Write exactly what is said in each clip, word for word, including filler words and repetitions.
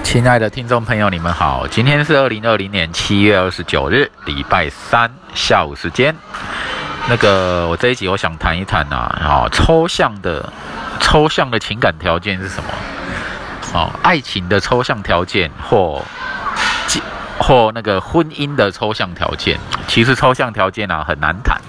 亲爱的听众朋友，你们好，今天是二零二零年七月二十九日，礼拜三下午时间。那个，我这一集我想谈一谈啊，哦，抽象的抽象的情感条件是什么？哦，爱情的抽象条件或或那个婚姻的抽象条件。其实抽象条件啊很难谈。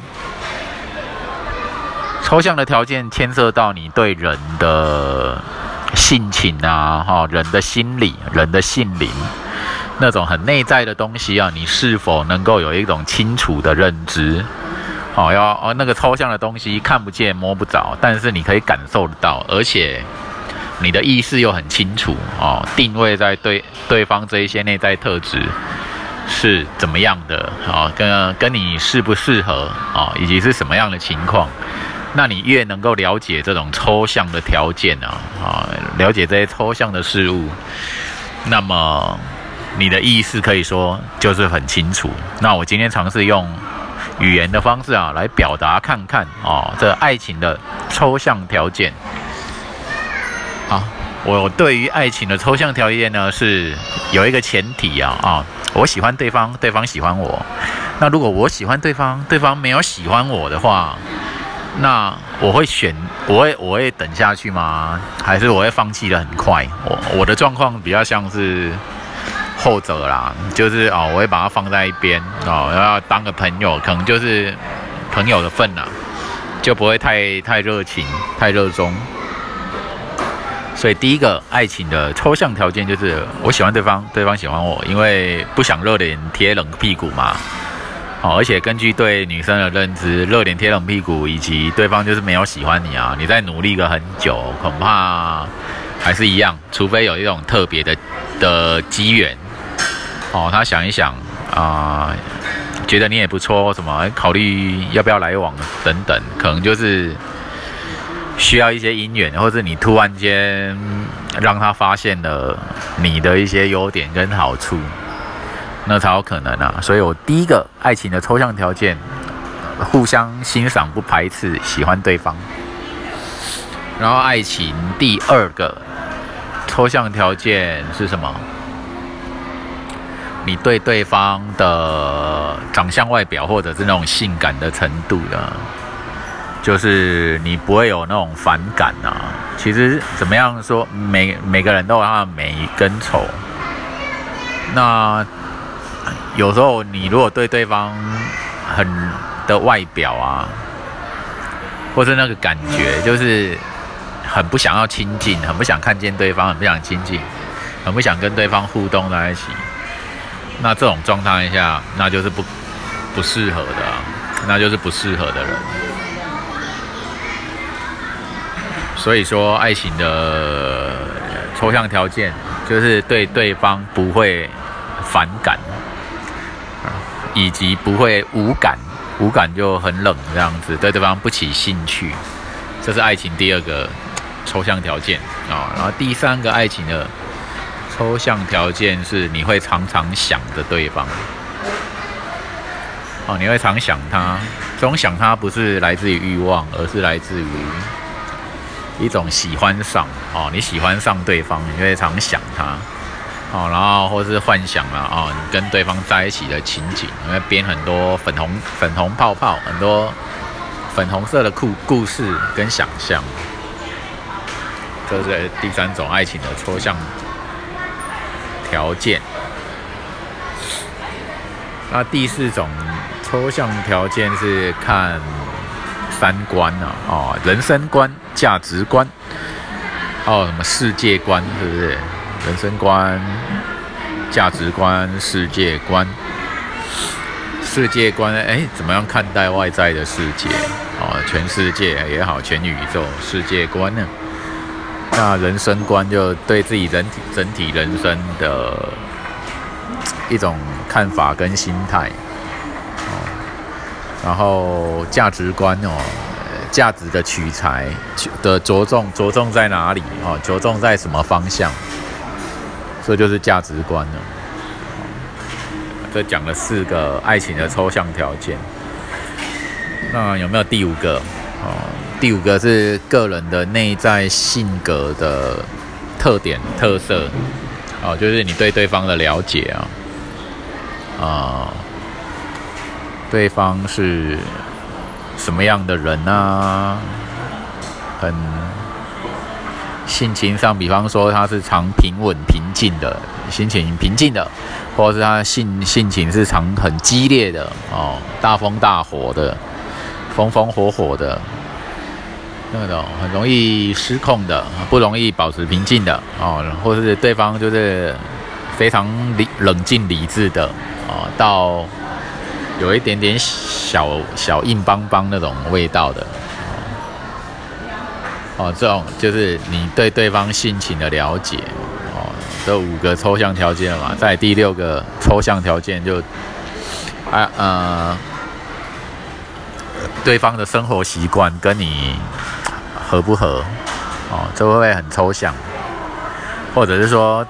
抽象的条件牵涉到你对人的性情啊，哈，人的心理、人的性灵，那种很内在的东西啊，你是否能够有一种清楚的认知？好，要哦，那个抽象的东西看不见、摸不着，但是你可以感受得到，而且你的意识又很清楚哦，定位在对对方这一些内在特质是怎么样的啊，跟跟你适不适合啊，以及是什么样的情况。那你越能够了解这种抽象的条件啊，啊，了解这些抽象的事物，那么你的意识可以说就是很清楚。那我今天尝试用语言的方式啊，来表达看看啊，这爱情的抽象条件。啊，我对于爱情的抽象条件呢，是有一个前提啊，啊，我喜欢对方，对方喜欢我。那如果我喜欢对方，对方没有喜欢我的话，那我会选，我会我会等下去吗？还是我会放弃得很快？我我的状况比较像是后者啦，就是哦，我会把它放在一边哦，要当个朋友，可能就是朋友的份啦，就不会太太热情、太热衷。所以第一个爱情的抽象条件就是我喜欢对方，对方喜欢我，因为不想热脸贴冷屁股嘛。哦，而且根据对女生的认知，热脸贴冷屁股，以及对方就是没有喜欢你啊，你再努力个很久，恐怕还是一样，除非有一种特别的的机缘。哦，他想一想啊、呃，觉得你也不错，什么考虑要不要来往等等，可能就是需要一些姻缘，或者你突然间让他发现了你的一些优点跟好处。那才有可能啊，所以我第一个爱情的抽象条件，互相欣赏不排斥，喜欢对方。然后爱情第二个抽象条件是什么？你对对方的长相、外表，或者是那种性感的程度的，就是你不会有那种反感啊。其实怎么样说，每每个人都有他的美跟丑，那有时候你如果对对方很的外表啊，或是那个感觉，就是很不想要亲近，很不想看见对方，很不想亲近，很不想跟对方互动在一起，那这种状态下，那就是不不适合的、啊，那就是不适合的人。所以说，爱情的抽象条件就是对对方不会反感。以及不会无感，无感就很冷这样子，对对方不起兴趣，这是爱情第二个抽象条件啊、哦。然后第三个爱情的抽象条件是你会常常想着对方，哦，你会常想他，这种想他不是来自于欲望，而是来自于一种喜欢上哦，你喜欢上对方，你会常想他。哦，然后或是幻想啊，哦，你跟对方在一起的情景，你会编很多粉红粉红泡泡，很多粉红色的故故事跟想象，这是第三种爱情的抽象条件。那第四种抽象条件是看三观啊，哦，人生观、价值观，哦，什么世界观，是不是？人生观、价值观、世界观，世界观，哎，怎么样看待外在的世界？哦，全世界也好，全宇宙，世界观呢？那人生观就对自己人体整体人生的一种看法跟心态。哦，然后价值观哦，价值的取材的着重着重在哪里？哦，着重在什么方向？这就是价值观了。这讲了四个爱情的抽象条件。那有没有第五个？哦，第五个是个人的内在性格的特点特色。 哦，就是你对对方的了解啊，啊、呃，对方是什么样的人啊？很性情上，比方说他是常平稳平静的，心情平静的，或者是他性性情是常很激烈的哦，大风大火的，风风火火的。那种很容易失控的，不容易保持平静的哦，或是对方就是非常理冷静理智的哦，到有一点点小小硬邦邦那种味道的哦，这种就是你对对方性情的了解哦，这五个抽象条件嘛，在第六个抽象条件就啊呃，对方的生活习惯跟你合不合？哦，这会不会很抽象？或者是说，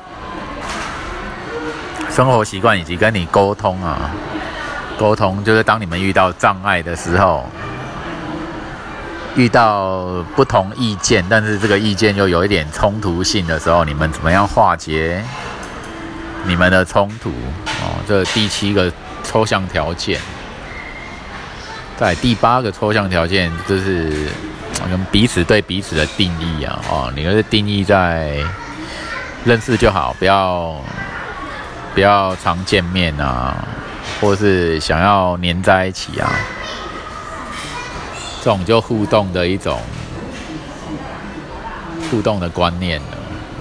生活习惯以及跟你沟通啊，沟通就是当你们遇到障碍的时候，遇到不同意见，但是这个意见又有一点冲突性的时候，你们怎么样化解你们的冲突？哦，这第七个抽象条件。在第八个抽象条件就是跟彼此对彼此的定义啊，哦，你是定义在认识就好，不要不要常见面啊，或是想要黏在一起啊，这种就互动的一种互动的观念了。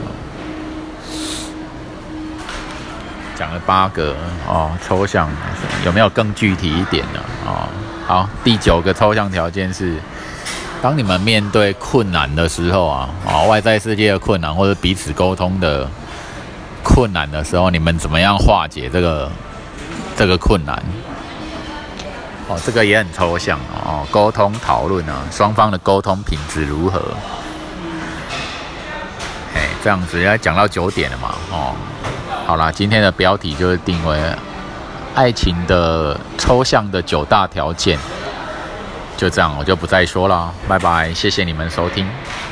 讲了八个哦，抽象有没有更具体一点呢？哦。好，第九个抽象条件是，当你们面对困难的时候啊，啊，外在世界的困难或者彼此沟通的困难的时候，你们怎么样化解这个这个困难？哦，这个也很抽象哦，沟通讨论啊，双方的沟通品质如何？哎，这样子要讲到九点了嘛，哦，好啦，今天的标题就是定为爱情的抽象的九大条件，就这样，我就不再说了，拜拜，谢谢你们收听。